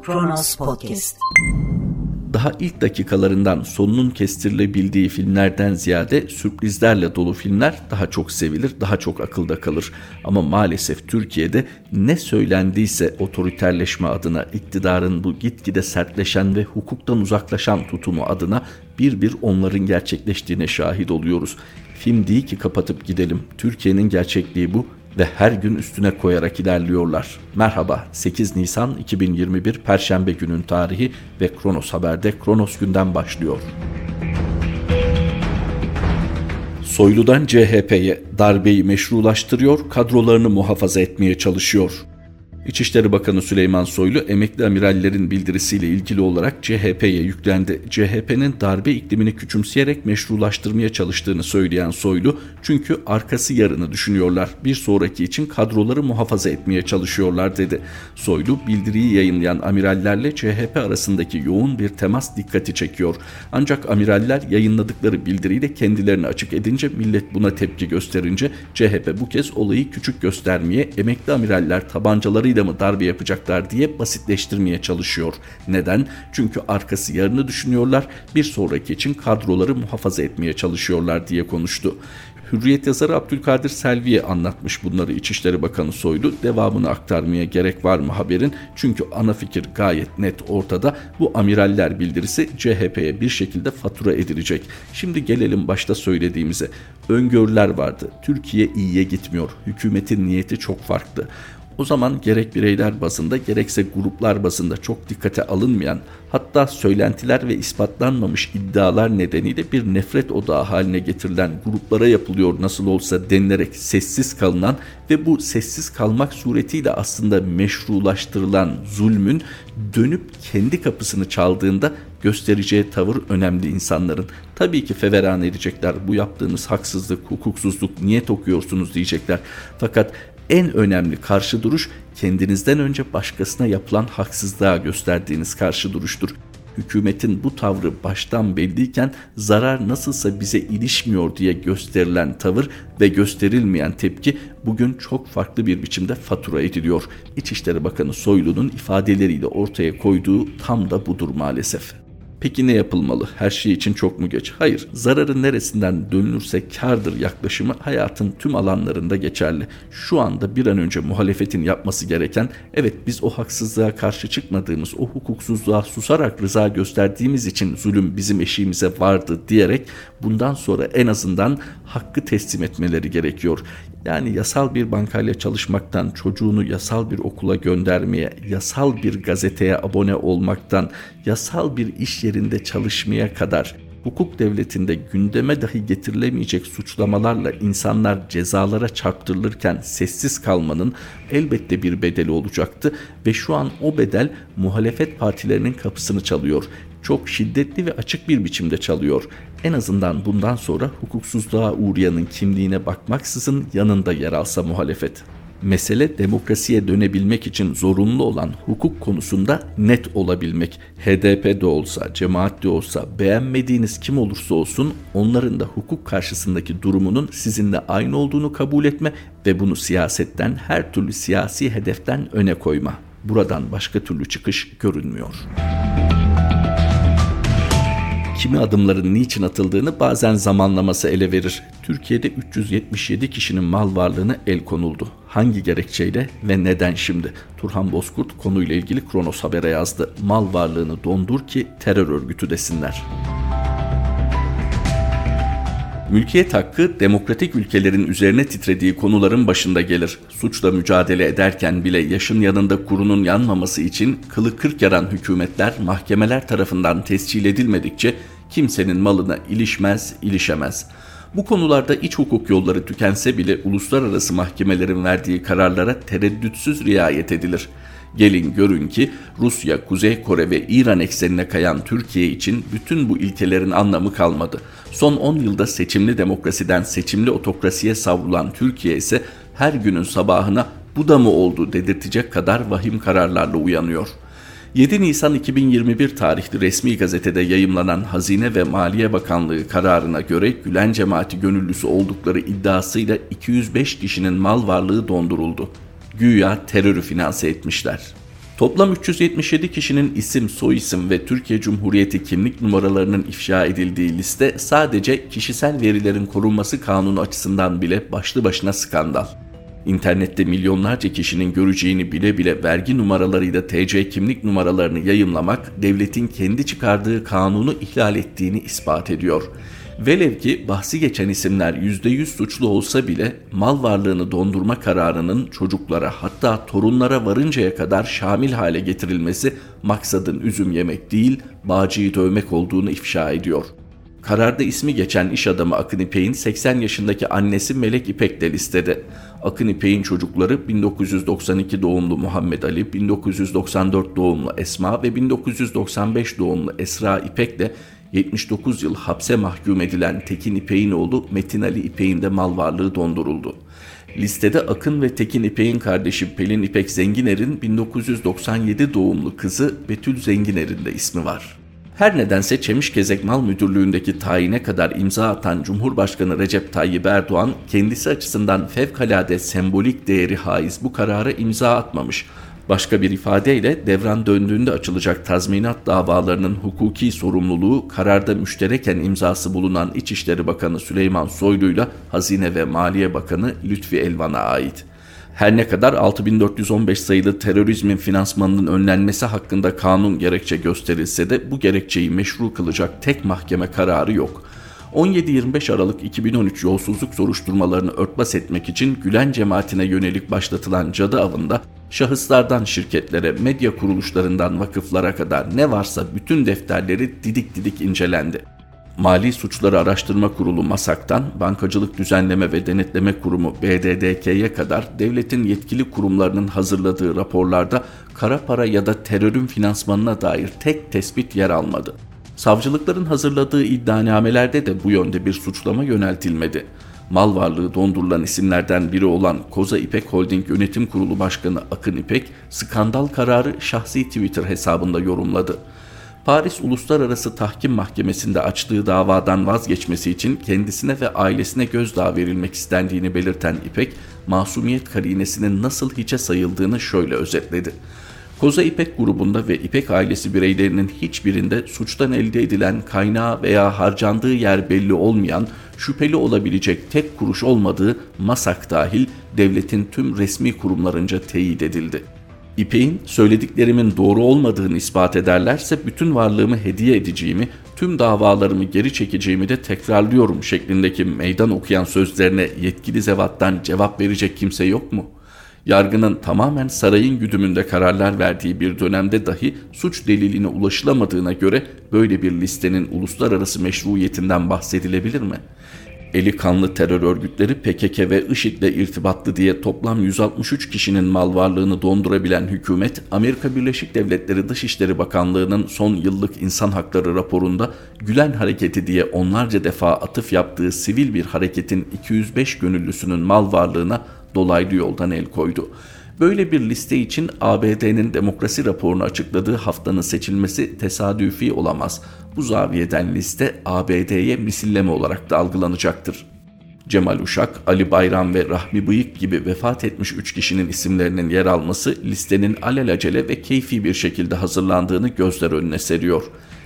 Kronos Podcast. Daha ilk dakikalarından sonunun kestirilebildiği filmlerden ziyade sürprizlerle dolu filmler daha çok sevilir, daha çok akılda kalır. Ama maalesef Türkiye'de ne söylendiyse otoriterleşme adına, iktidarın bu gitgide sertleşen ve hukuktan uzaklaşan tutumu adına bir onların gerçekleştiğine şahit oluyoruz. Film değil ki kapatıp gidelim. Türkiye'nin gerçekliği bu ve her gün üstüne koyarak ilerliyorlar. Merhaba, 8 Nisan 2021 Perşembe günün tarihi ve Kronos Haber'de Kronos günden başlıyor. Soylu'dan CHP'ye darbeyi meşrulaştırıyor, kadrolarını muhafaza etmeye çalışıyor. İçişleri Bakanı Süleyman Soylu, emekli amirallerin bildirisiyle ilgili olarak CHP'ye yüklendi. CHP'nin darbe iklimini küçümseyerek meşrulaştırmaya çalıştığını söyleyen Soylu, çünkü arkası yarını düşünüyorlar, bir sonraki için kadroları muhafaza etmeye çalışıyorlar dedi. Soylu, bildiriyi yayınlayan amirallerle CHP arasındaki yoğun bir temas dikkati çekiyor. Ancak amiraller yayınladıkları bildiriyle kendilerini açık edince, millet buna tepki gösterince CHP bu kez olayı küçük göstermeye, emekli amiraller tabancaları mı darbe yapacaklar diye basitleştirmeye çalışıyor. Neden? Çünkü arkası yarını düşünüyorlar, bir sonraki için kadroları muhafaza etmeye çalışıyorlar diye konuştu. Hürriyet yazarı Abdülkadir Selvi'ye anlatmış bunları İçişleri Bakanı Soylu. Devamını aktarmaya gerek var mı haberin? Çünkü ana fikir gayet net ortada. Bu amiraller bildirisi CHP'ye bir şekilde fatura edilecek. Şimdi gelelim başta söylediğimize. Öngörüler vardı. Türkiye iyiye gitmiyor. Hükümetin niyeti çok farklı. O zaman gerek bireyler bazında gerekse gruplar bazında çok dikkate alınmayan, hatta söylentiler ve ispatlanmamış iddialar nedeniyle bir nefret odağı haline getirilen gruplara yapılıyor nasıl olsa denilerek sessiz kalınan ve bu sessiz kalmak suretiyle aslında meşrulaştırılan zulmün dönüp kendi kapısını çaldığında göstereceği tavır önemli insanların. Tabii ki feveran edecekler, bu yaptığınız haksızlık, hukuksuzluk, niyet okuyorsunuz diyecekler. Fakat en önemli karşı duruş kendinizden önce başkasına yapılan haksızlığa gösterdiğiniz karşı duruştur. Hükümetin bu tavrı baştan belliyken zarar nasılsa bize ilişmiyor diye gösterilen tavır ve gösterilmeyen tepki bugün çok farklı bir biçimde fatura ediliyor. İçişleri Bakanı Soylu'nun ifadeleriyle ortaya koyduğu tam da budur maalesef. Peki ne yapılmalı? Her şey için çok mu geç? Hayır, zararın neresinden dönülürse kârdır yaklaşımı hayatın tüm alanlarında geçerli. Şu anda bir an önce muhalefetin yapması gereken, evet biz o haksızlığa karşı çıkmadığımız, o hukuksuzluğa susarak rıza gösterdiğimiz için zulüm bizim eşiğimize vardı diyerek bundan sonra en azından hakkı teslim etmeleri gerekiyor. Yani yasal bir bankayla çalışmaktan çocuğunu yasal bir okula göndermeye, yasal bir gazeteye abone olmaktan, yasal bir iş yerinde çalışmaya kadar hukuk devletinde gündeme dahi getirilemeyecek suçlamalarla insanlar cezalara çarptırılırken sessiz kalmanın elbette bir bedeli olacaktı ve şu an o bedel muhalefet partilerinin kapısını çalıyor. Çok şiddetli ve açık bir biçimde çalıyor. En azından bundan sonra hukuksuzluğa uğrayanın kimliğine bakmaksızın yanında yer alsa muhalefet. Mesele demokrasiye dönebilmek için zorunlu olan hukuk konusunda net olabilmek. HDP de olsa, cemaat de olsa, beğenmediğiniz kim olursa olsun onların da hukuk karşısındaki durumunun sizinle aynı olduğunu kabul etme ve bunu siyasetten, her türlü siyasi hedeften öne koyma. Buradan başka türlü çıkış görünmüyor. Kimi adımların niçin atıldığını bazen zamanlaması ele verir. Türkiye'de 377 kişinin mal varlığına el konuldu. Hangi gerekçeyle ve neden şimdi? Turhan Bozkurt konuyla ilgili Kronos Haber'e yazdı. Mal varlığını dondur ki terör örgütü desinler. Mülkiyet hakkı demokratik ülkelerin üzerine titrediği konuların başında gelir. Suçla mücadele ederken bile yaşın yanında kurunun yanmaması için kılı kırk yaran hükümetler mahkemeler tarafından tescil edilmedikçe kimsenin malına ilişemez. Bu konularda iç hukuk yolları tükense bile uluslararası mahkemelerin verdiği kararlara tereddütsüz riayet edilir. Gelin görün ki Rusya, Kuzey Kore ve İran eksenine kayan Türkiye için bütün bu ilkelerin anlamı kalmadı. Son 10 yılda seçimli demokrasiden seçimli otokrasiye savrulan Türkiye ise her günün sabahına bu da mı oldu dedirtecek kadar vahim kararlarla uyanıyor. 7 Nisan 2021 tarihli resmi gazetede yayımlanan Hazine ve Maliye Bakanlığı kararına göre Gülen cemaati gönüllüsü oldukları iddiasıyla 205 kişinin mal varlığı donduruldu. Güya terörü finanse etmişler. Toplam 377 kişinin isim, soyisim ve Türkiye Cumhuriyeti kimlik numaralarının ifşa edildiği liste sadece kişisel verilerin korunması kanunu açısından bile başlı başına skandal. İnternette milyonlarca kişinin göreceğini bile bile vergi numaralarıyla TC kimlik numaralarını yayımlamak devletin kendi çıkardığı kanunu ihlal ettiğini ispat ediyor. Velev ki bahsi geçen isimler %100 suçlu olsa bile mal varlığını dondurma kararının çocuklara hatta torunlara varıncaya kadar şamil hale getirilmesi maksadın üzüm yemek değil, bağcıyı dövmek olduğunu ifşa ediyor. Kararda ismi geçen iş adamı Akın İpek'in 80 yaşındaki annesi Melek İpek de listede. Akın İpek'in çocukları 1992 doğumlu Muhammed Ali, 1994 doğumlu Esma ve 1995 doğumlu Esra İpek de 79 yıl hapse mahkum edilen Tekin İpek'in oğlu Metin Ali İpek'in de mal varlığı donduruldu. Listede Akın ve Tekin İpek'in kardeşi Pelin İpek Zenginer'in 1997 doğumlu kızı Betül Zenginer'in de ismi var. Her nedense Çemişgezek Mal Müdürlüğü'ndeki tayine kadar imza atan Cumhurbaşkanı Recep Tayyip Erdoğan kendisi açısından fevkalade sembolik değeri haiz bu karara imza atmamış. Başka bir ifadeyle devran döndüğünde açılacak tazminat davalarının hukuki sorumluluğu kararda müştereken imzası bulunan İçişleri Bakanı Süleyman Soylu'yla Hazine ve Maliye Bakanı Lütfi Elvan'a ait. Her ne kadar 6415 sayılı terörizmin finansmanının önlenmesi hakkında kanun gerekçe gösterilse de bu gerekçeyi meşru kılacak tek mahkeme kararı yok. 17-25 Aralık 2013 yolsuzluk soruşturmalarını örtbas etmek için Gülen cemaatine yönelik başlatılan cadı avında şahıslardan şirketlere, medya kuruluşlarından vakıflara kadar ne varsa bütün defterleri didik didik incelendi. Mali Suçları Araştırma Kurulu MASAK'tan Bankacılık Düzenleme ve Denetleme Kurumu BDDK'ye kadar devletin yetkili kurumlarının hazırladığı raporlarda kara para ya da terörün finansmanına dair tek tespit yer almadı. Savcılıkların hazırladığı iddianamelerde de bu yönde bir suçlama yöneltilmedi. Mal varlığı dondurulan isimlerden biri olan Koza İpek Holding Yönetim Kurulu Başkanı Akın İpek, skandal kararı şahsi Twitter hesabında yorumladı. Paris Uluslararası Tahkim Mahkemesi'nde açtığı davadan vazgeçmesi için kendisine ve ailesine gözdağı verilmek istendiğini belirten İpek, masumiyet karinesinin nasıl hiçe sayıldığını şöyle özetledi. Koza İpek grubunda ve İpek ailesi bireylerinin hiçbirinde suçtan elde edilen kaynağı veya harcandığı yer belli olmayan, şüpheli olabilecek tek kuruş olmadığı MASAK dahil devletin tüm resmi kurumlarınca teyit edildi. İpek'in söylediklerimin doğru olmadığını ispat ederlerse bütün varlığımı hediye edeceğimi, tüm davalarımı geri çekeceğimi de tekrarlıyorum şeklindeki meydan okuyan sözlerine yetkili zevattan cevap verecek kimse yok mu? Yargının tamamen sarayın güdümünde kararlar verdiği bir dönemde dahi suç deliline ulaşılamadığına göre böyle bir listenin uluslararası meşruiyetinden bahsedilebilir mi? Eli kanlı terör örgütleri PKK ve IŞİD'le irtibatlı diye toplam 163 kişinin mal varlığını dondurabilen hükümet, Amerika Birleşik Devletleri Dışişleri Bakanlığı'nın son yıllık insan hakları raporunda Gülen Hareketi diye onlarca defa atıf yaptığı sivil bir hareketin 205 gönüllüsünün mal varlığına dolaylı yoldan el koydu. Böyle bir liste için ABD'nin demokrasi raporunu açıkladığı haftanın seçilmesi tesadüfi olamaz. Bu zaviyeden liste ABD'ye misilleme olarak da algılanacaktır. Cemal Uşak, Ali Bayram ve Rahmi Bıyık gibi vefat etmiş 3 kişinin isimlerinin yer alması listenin alelacele ve keyfi bir şekilde hazırlandığını gözler önüne seriyor.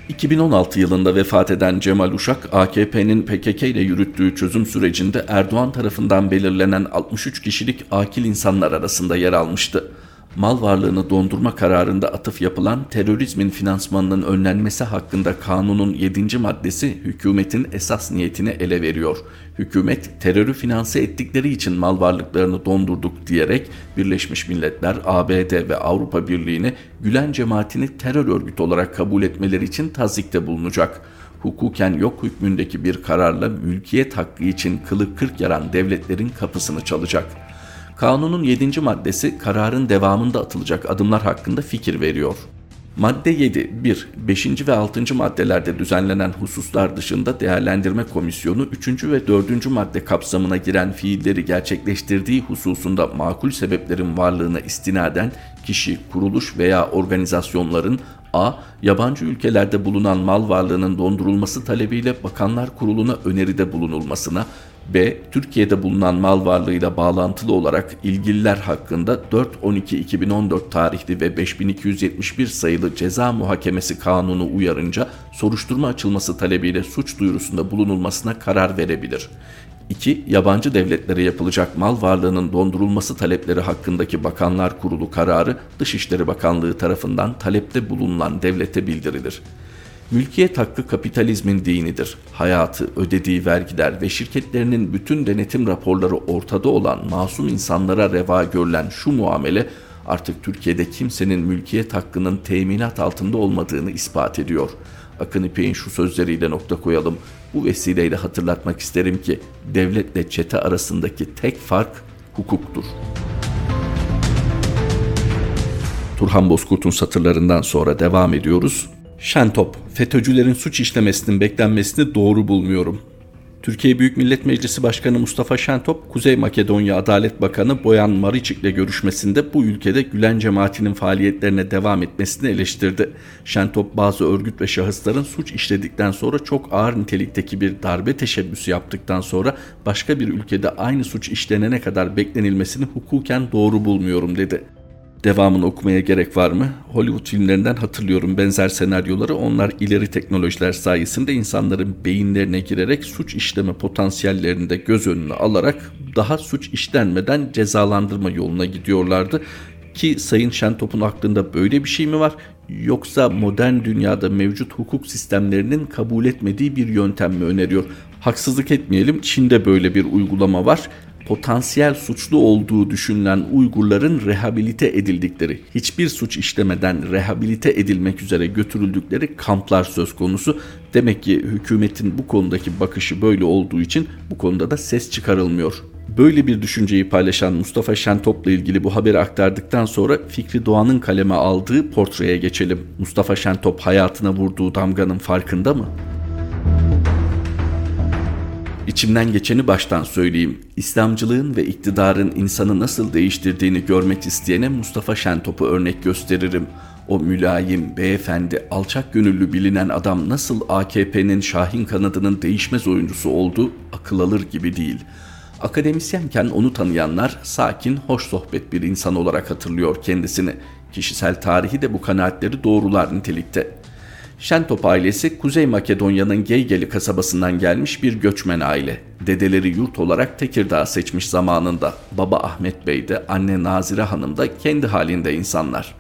2016 yılında vefat eden Cemal Uşak, AKP'nin PKK ile yürüttüğü çözüm sürecinde Erdoğan tarafından belirlenen 63 kişilik akil insanlar arasında yer almıştı. Mal varlığını dondurma kararında atıf yapılan terörizmin finansmanının önlenmesi hakkında kanunun 7. maddesi hükümetin esas niyetini ele veriyor. Hükümet terörü finanse ettikleri için mal varlıklarını dondurduk diyerek Birleşmiş Milletler, ABD ve Avrupa Birliği'ne Gülen cemaatini terör örgütü olarak kabul etmeleri için tazikte bulunacak. Hukuken yok hükmündeki bir kararla mülkiyet hakkı için kılı kırk yaran devletlerin kapısını çalacak. Kanunun 7. maddesi kararın devamında atılacak adımlar hakkında fikir veriyor. Madde 7. 1. 5. ve 6. maddelerde düzenlenen hususlar dışında değerlendirme komisyonu 3. ve 4. madde kapsamına giren fiilleri gerçekleştirdiği hususunda makul sebeplerin varlığına istinaden kişi, kuruluş veya organizasyonların a. Yabancı ülkelerde bulunan mal varlığının dondurulması talebiyle Bakanlar Kurulu'na öneride bulunulmasına, B. Türkiye'de bulunan mal varlığıyla bağlantılı olarak ilgililer hakkında 4-12-2014 tarihli ve 5271 sayılı Ceza Muhakemesi Kanunu uyarınca soruşturma açılması talebiyle suç duyurusunda bulunulmasına karar verebilir. 2. Yabancı devletlere yapılacak mal varlığının dondurulması talepleri hakkındaki Bakanlar Kurulu kararı Dışişleri Bakanlığı tarafından talepte bulunan devlete bildirilir. Mülkiyet hakkı kapitalizmin dinidir. Hayatı, ödediği vergiler ve şirketlerinin bütün denetim raporları ortada olan masum insanlara reva görülen şu muamele artık Türkiye'de kimsenin mülkiyet hakkının teminat altında olmadığını ispat ediyor. Akın İpek'in şu sözleriyle nokta koyalım. Bu vesileyle hatırlatmak isterim ki devletle çete arasındaki tek fark hukuktur. Turhan Bozkurt'un satırlarından sonra devam ediyoruz. Şentop, FETÖ'cülerin suç işlemesinin beklenmesini doğru bulmuyorum. Türkiye Büyük Millet Meclisi Başkanı Mustafa Şentop, Kuzey Makedonya Adalet Bakanı Boyan Mariçik'le görüşmesinde bu ülkede Gülen cemaatinin faaliyetlerine devam etmesini eleştirdi. Şentop, bazı örgüt ve şahısların suç işledikten sonra çok ağır nitelikteki bir darbe teşebbüsü yaptıktan sonra başka bir ülkede aynı suç işlenene kadar beklenilmesini hukuken doğru bulmuyorum dedi. Devamını okumaya gerek var mı? Hollywood filmlerinden hatırlıyorum benzer senaryoları. Onlar ileri teknolojiler sayesinde insanların beyinlerine girerek suç işleme potansiyellerini de göz önüne alarak daha suç işlenmeden cezalandırma yoluna gidiyorlardı. Ki Sayın Şentop'un aklında böyle bir şey mi var? Yoksa modern dünyada mevcut hukuk sistemlerinin kabul etmediği bir yöntem mi öneriyor? Haksızlık etmeyelim, Çin'de böyle bir uygulama var. Potansiyel suçlu olduğu düşünülen Uygurların rehabilite edildikleri, hiçbir suç işlemeden rehabilite edilmek üzere götürüldükleri kamplar söz konusu. Demek ki hükümetin bu konudaki bakışı böyle olduğu için bu konuda da ses çıkarılmıyor. Böyle bir düşünceyi paylaşan Mustafa Şentop'la ilgili bu haberi aktardıktan sonra Fikri Doğan'ın kaleme aldığı portreye geçelim. Mustafa Şentop hayatına vurduğu damganın farkında mı? İçimden geçeni baştan söyleyeyim. İslamcılığın ve iktidarın insanı nasıl değiştirdiğini görmek isteyene Mustafa Şentop'u örnek gösteririm. O mülayim, beyefendi, alçak gönüllü bilinen adam nasıl AKP'nin Şahin kanadının değişmez oyuncusu oldu, akıl alır gibi değil. Akademisyenken onu tanıyanlar sakin, hoş sohbet bir insan olarak hatırlıyor kendisini. Kişisel tarihi de bu kanaatleri doğrular nitelikte. Şentop ailesi Kuzey Makedonya'nın Geygeli kasabasından gelmiş bir göçmen aile. Dedeleri yurt olarak Tekirdağ seçmiş zamanında. Baba Ahmet Bey de anne Nazire Hanım da kendi halinde insanlar.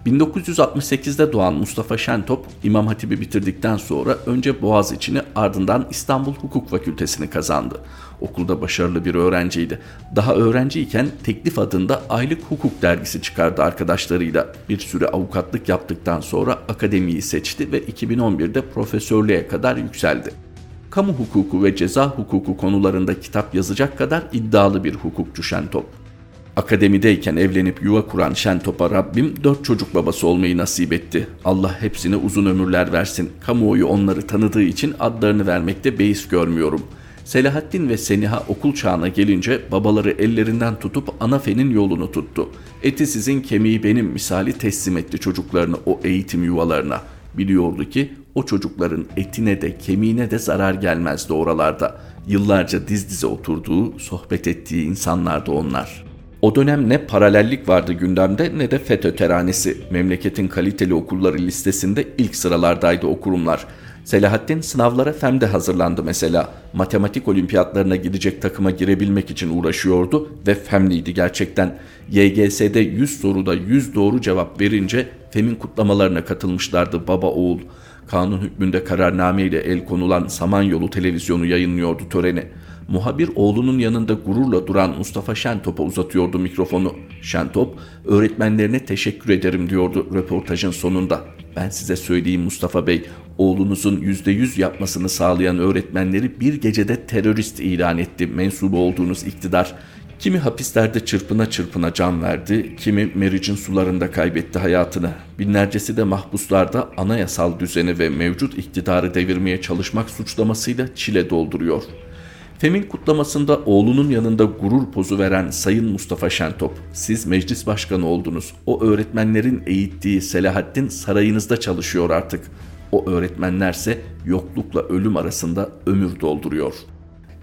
1968'de doğan Mustafa Şentop, İmam Hatip'i bitirdikten sonra önce Boğaziçi'ni ardından İstanbul Hukuk Fakültesini kazandı. Okulda başarılı bir öğrenciydi. Daha öğrenciyken Teklif adında aylık hukuk dergisi çıkardı arkadaşlarıyla. Bir süre avukatlık yaptıktan sonra akademiyi seçti ve 2011'de profesörlüğe kadar yükseldi. Kamu hukuku ve ceza hukuku konularında kitap yazacak kadar iddialı bir hukukçu Şentop. Akademideyken evlenip yuva kuran Şentop'a Rabbim 4 çocuk babası olmayı nasip etti. Allah hepsine uzun ömürler versin. Kamuoyu onları tanıdığı için adlarını vermekte beis görmüyorum. Selahattin ve Seniha okul çağına gelince babaları ellerinden tutup Anafe'nin yolunu tuttu. Eti sizin kemiği benim misali teslim etti çocuklarını o eğitim yuvalarına. Biliyordu ki o çocukların etine de kemiğine de zarar gelmezdi oralarda. Yıllarca diz dize oturduğu, sohbet ettiği insanlardı onlar. O dönem ne paralellik vardı gündemde ne de FETÖ teranesi. Memleketin kaliteli okulları listesinde ilk sıralardaydı o kurumlar. Selahattin sınavlara FEM'de hazırlandı mesela. Matematik olimpiyatlarına gidecek takıma girebilmek için uğraşıyordu ve FEM'liydi gerçekten. YGS'de 100 soruda 100 doğru cevap verince FEM'in kutlamalarına katılmışlardı baba oğul. Kanun hükmünde kararname ile el konulan Samanyolu televizyonu yayınlıyordu töreni. Muhabir oğlunun yanında gururla duran Mustafa Şentop'a uzatıyordu mikrofonu. Şentop, öğretmenlerine teşekkür ederim diyordu röportajın sonunda. Ben size söyleyeyim Mustafa Bey, oğlunuzun %100 yapmasını sağlayan öğretmenleri bir gecede terörist ilan etti mensubu olduğunuz iktidar. Kimi hapislerde çırpına çırpına can verdi, kimi Meriç'in sularında kaybetti hayatını. Binlercesi de mahpuslarda anayasal düzeni ve mevcut iktidarı devirmeye çalışmak suçlamasıyla çile dolduruyor. FEM'in kutlamasında oğlunun yanında gurur pozu veren Sayın Mustafa Şentop, siz meclis başkanı oldunuz. O öğretmenlerin eğittiği Selahattin sarayınızda çalışıyor artık. O öğretmenlerse yoklukla ölüm arasında ömür dolduruyor.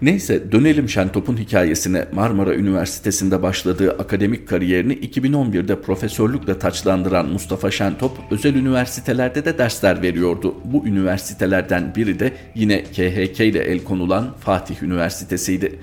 Neyse, dönelim Şentop'un hikayesine. Marmara Üniversitesi'nde başladığı akademik kariyerini 2011'de profesörlükle taçlandıran Mustafa Şentop, özel üniversitelerde de dersler veriyordu. Bu üniversitelerden biri de yine KHK ile el konulan Fatih Üniversitesi'ydi.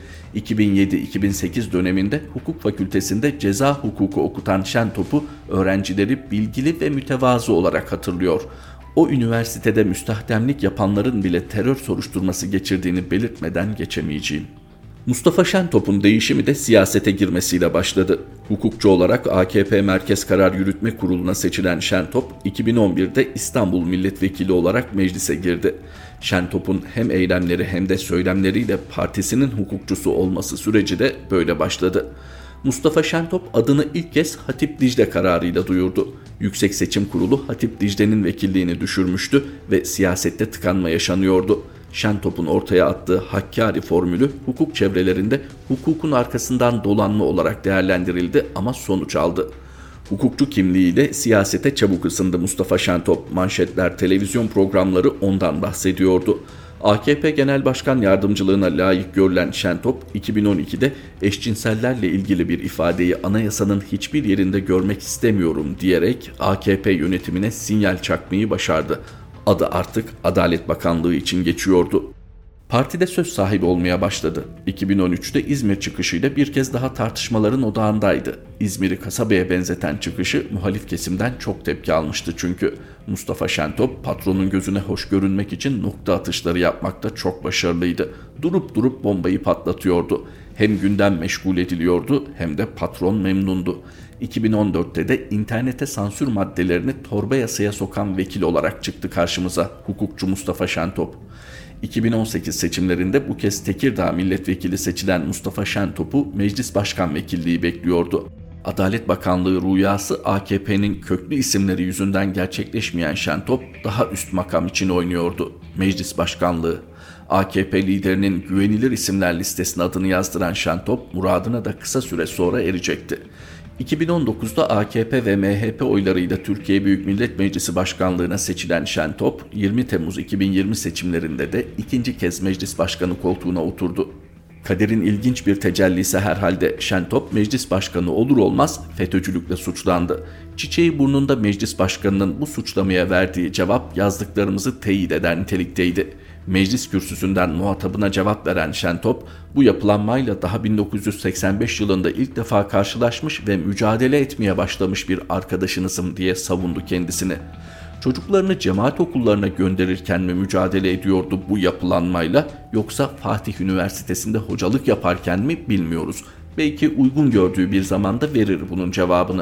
2007-2008 döneminde hukuk fakültesinde ceza hukuku okutan Şentop'u öğrencileri bilgili ve mütevazı olarak hatırlıyor. O üniversitede müstahdemlik yapanların bile terör soruşturması geçirdiğini belirtmeden geçemeyeceğim. Mustafa Şentop'un değişimi de siyasete girmesiyle başladı. Hukukçu olarak AKP Merkez Karar Yürütme Kurulu'na seçilen Şentop, 2011'de İstanbul Milletvekili olarak meclise girdi. Şentop'un hem eylemleri hem de söylemleriyle partisinin hukukçusu olması süreci de böyle başladı. Mustafa Şentop adını ilk kez Hatip Dicle kararıyla duyurdu. Yüksek Seçim Kurulu Hatip Dicle'nin vekilliğini düşürmüştü ve siyasette tıkanma yaşanıyordu. Şentop'un ortaya attığı Hakkari formülü hukuk çevrelerinde hukukun arkasından dolanma olarak değerlendirildi ama sonuç aldı. Hukukçu kimliğiyle siyasete çabuk ısındı Mustafa Şentop. Manşetler, televizyon programları ondan bahsediyordu. AKP Genel Başkan Yardımcılığına layık görülen Şentop, 2012'de eşcinsellerle ilgili bir ifadeyi anayasanın hiçbir yerinde görmek istemiyorum diyerek AKP yönetimine sinyal çakmayı başardı. Adı artık Adalet Bakanlığı için geçiyordu. Partide söz sahibi olmaya başladı. 2013'te İzmir çıkışıyla bir kez daha tartışmaların odağındaydı. İzmir'i kasabaya benzeten çıkışı muhalif kesimden çok tepki almıştı çünkü. Mustafa Şentop patronun gözüne hoş görünmek için nokta atışları yapmakta çok başarılıydı. Durup durup bombayı patlatıyordu. Hem gündem meşgul ediliyordu hem de patron memnundu. 2014'te de internete sansür maddelerini torba yasaya sokan vekil olarak çıktı karşımıza hukukçu Mustafa Şentop. 2018 seçimlerinde bu kez Tekirdağ milletvekili seçilen Mustafa Şentop'u meclis başkan vekilliği bekliyordu. Adalet Bakanlığı rüyası AKP'nin köklü isimleri yüzünden gerçekleşmeyen Şentop daha üst makam için oynuyordu. Meclis başkanlığı. AKP liderinin güvenilir isimler listesine adını yazdıran Şentop muradına da kısa süre sonra erecekti. 2019'da AKP ve MHP oylarıyla Türkiye Büyük Millet Meclisi Başkanlığı'na seçilen Şentop, 20 Temmuz 2020 seçimlerinde de ikinci kez meclis başkanı koltuğuna oturdu. Kaderin ilginç bir tecellisi herhalde Şentop meclis başkanı olur olmaz FETÖ'cülükle suçlandı. Çiçeği burnunda meclis başkanının bu suçlamaya verdiği cevap yazdıklarımızı teyit eden nitelikteydi. Meclis kürsüsünden muhatabına cevap veren Şentop, bu yapılanmayla daha 1985 yılında ilk defa karşılaşmış ve mücadele etmeye başlamış bir arkadaşınızım diye savundu kendisini. Çocuklarını cemaat okullarına gönderirken mi mücadele ediyordu bu yapılanmayla, yoksa Fatih Üniversitesi'nde hocalık yaparken mi bilmiyoruz. Belki uygun gördüğü bir zamanda verir bunun cevabını.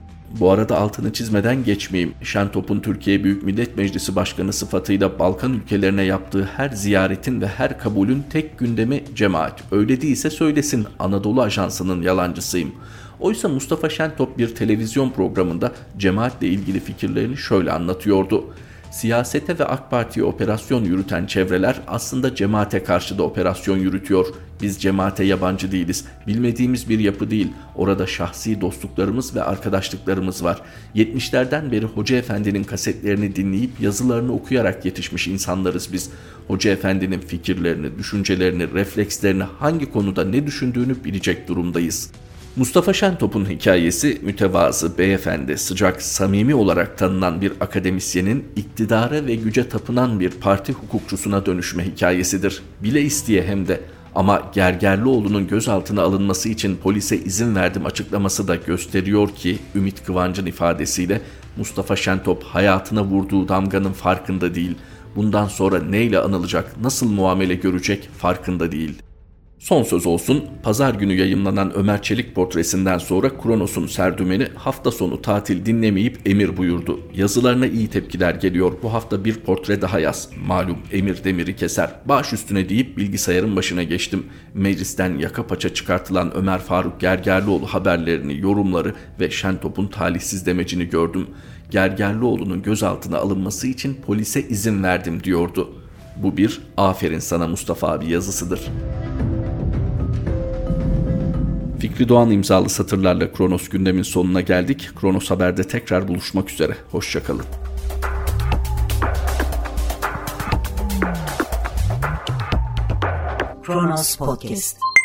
Bu arada altını çizmeden geçmeyeyim. Şentop'un Türkiye Büyük Millet Meclisi Başkanı sıfatıyla Balkan ülkelerine yaptığı her ziyaretin ve her kabulün tek gündemi cemaat. Öyle değilse söylesin, Anadolu Ajansı'nın yalancısıyım. Oysa Mustafa Şentop bir televizyon programında cemaatle ilgili fikirlerini şöyle anlatıyordu. Siyasete ve AK Parti'ye operasyon yürüten çevreler aslında cemaate karşı da operasyon yürütüyor. Biz cemaate yabancı değiliz. Bilmediğimiz bir yapı değil. Orada şahsi dostluklarımız ve arkadaşlıklarımız var. 70'lerden beri Hoca Efendi'nin kasetlerini dinleyip yazılarını okuyarak yetişmiş insanlarız biz. Hoca Efendi'nin fikirlerini, düşüncelerini, reflekslerini, hangi konuda ne düşündüğünü bilecek durumdayız. Mustafa Şentop'un hikayesi mütevazı, beyefendi, sıcak, samimi olarak tanınan bir akademisyenin iktidara ve güce tapınan bir parti hukukçusuna dönüşme hikayesidir. Bile isteye hem de. Ama Gergerlioğlu'nun gözaltına alınması için polise izin verdim açıklaması da gösteriyor ki Ümit Kıvanç'ın ifadesiyle Mustafa Şentop hayatına vurduğu damganın farkında değil. Bundan sonra neyle anılacak, nasıl muamele görecek farkında değil. Son söz olsun, pazar günü yayımlanan Ömer Çelik portresinden sonra Kronos'un serdümeni hafta sonu tatil dinlemeyip emir buyurdu. Yazılarına iyi tepkiler geliyor. Bu hafta bir portre daha yaz. Malum emir demiri keser. Baş üstüne deyip bilgisayarın başına geçtim. Meclisten yaka paça çıkartılan Ömer Faruk Gergerlioğlu haberlerini, yorumları ve Şentop'un talihsiz demecini gördüm. Gergerlioğlu'nun gözaltına alınması için polise izin verdim diyordu. Bu bir aferin sana Mustafa abi yazısıdır. Fikri Doğan imzalı satırlarla Kronos gündemin sonuna geldik. Kronos Haber'de tekrar buluşmak üzere. Hoşça kalın. Kronos Podcast.